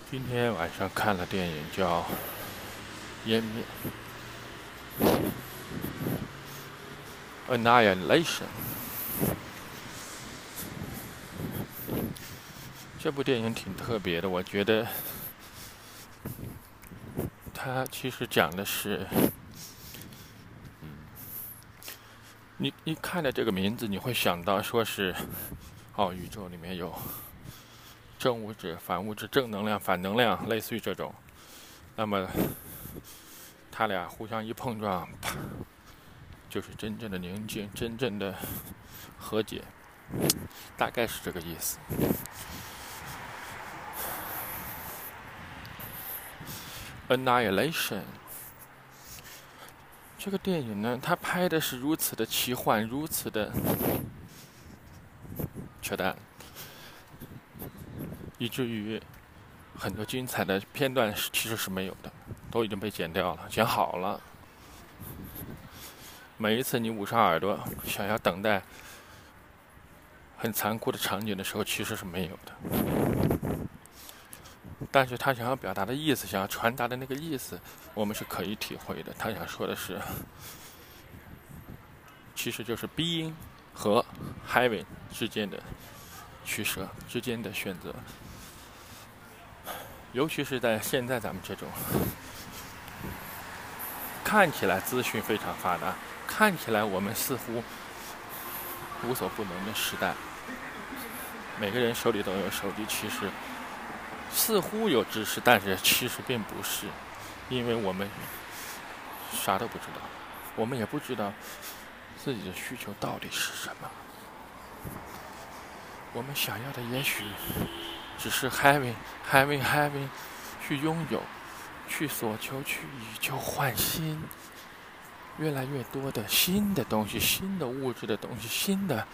今天晚上看了电影叫《湮灭》（Annihilation）。这部电影挺特别的，我觉得它其实讲的是，你一看了这个名字，你会想到说是，宇宙里面有正物质、反物质、正能量、反能量，类似于这种。那么他俩互相一碰撞，啪，就是真正的宁静，真正的和解，大概是这个意思。Annihilation 这个电影呢，它拍的是如此的奇幻，如此的扯淡，以至于很多精彩的片段其实是没有的，都已经被剪掉了，剪好了。每一次你捂上耳朵想要等待很残酷的场景的时候，其实是没有的。但是他想要表达的意思，想要传达的那个意思，我们是可以体会的。他想说的是，其实就是 being 和 having 之间的取舍，之间的选择。尤其是在现在咱们这种看起来资讯非常发达，看起来我们似乎无所不能的时代，每个人手里都有手机，其实似乎有知识，但是其实并不是，因为我们啥都不知道，我们也不知道自己的需求到底是什么。我们想要的也许只是 having， 去拥有，去所求，去以旧换新，越来越多的新的东西，新的物质的东西，新的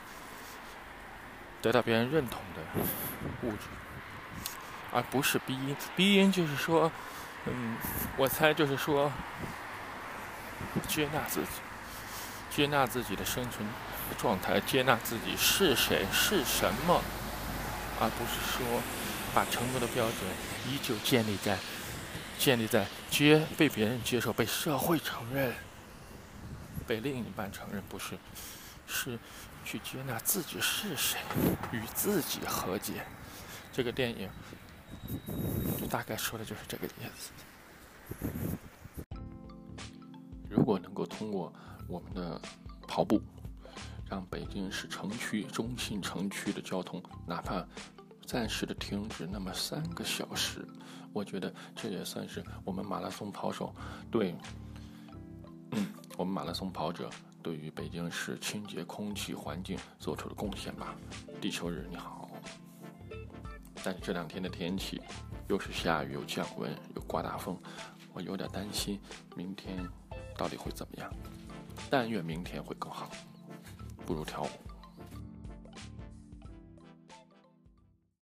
得到别人认同的物质，而不是being。being就是说，我猜就是说，接纳自己，接纳自己的生存状态，接纳自己是谁是什么，而不是说把成功的标准依旧建立在被别人接受、被社会承认、被另一半承认，不是，是去接纳自己是谁，与自己和解。这个电影大概说的就是这个意思。如果能够通过我们的跑步，让北京市城区中心城区的交通哪怕暂时的停止那么3个小时，我觉得这也算是我们马拉松跑手我们马拉松跑者对于北京市清洁空气环境做出的贡献吧。地球日你好。但是这2天的天气又是下雨又降温又刮大风，我有点担心明天到底会怎么样。但愿明天会更好，不如跳舞。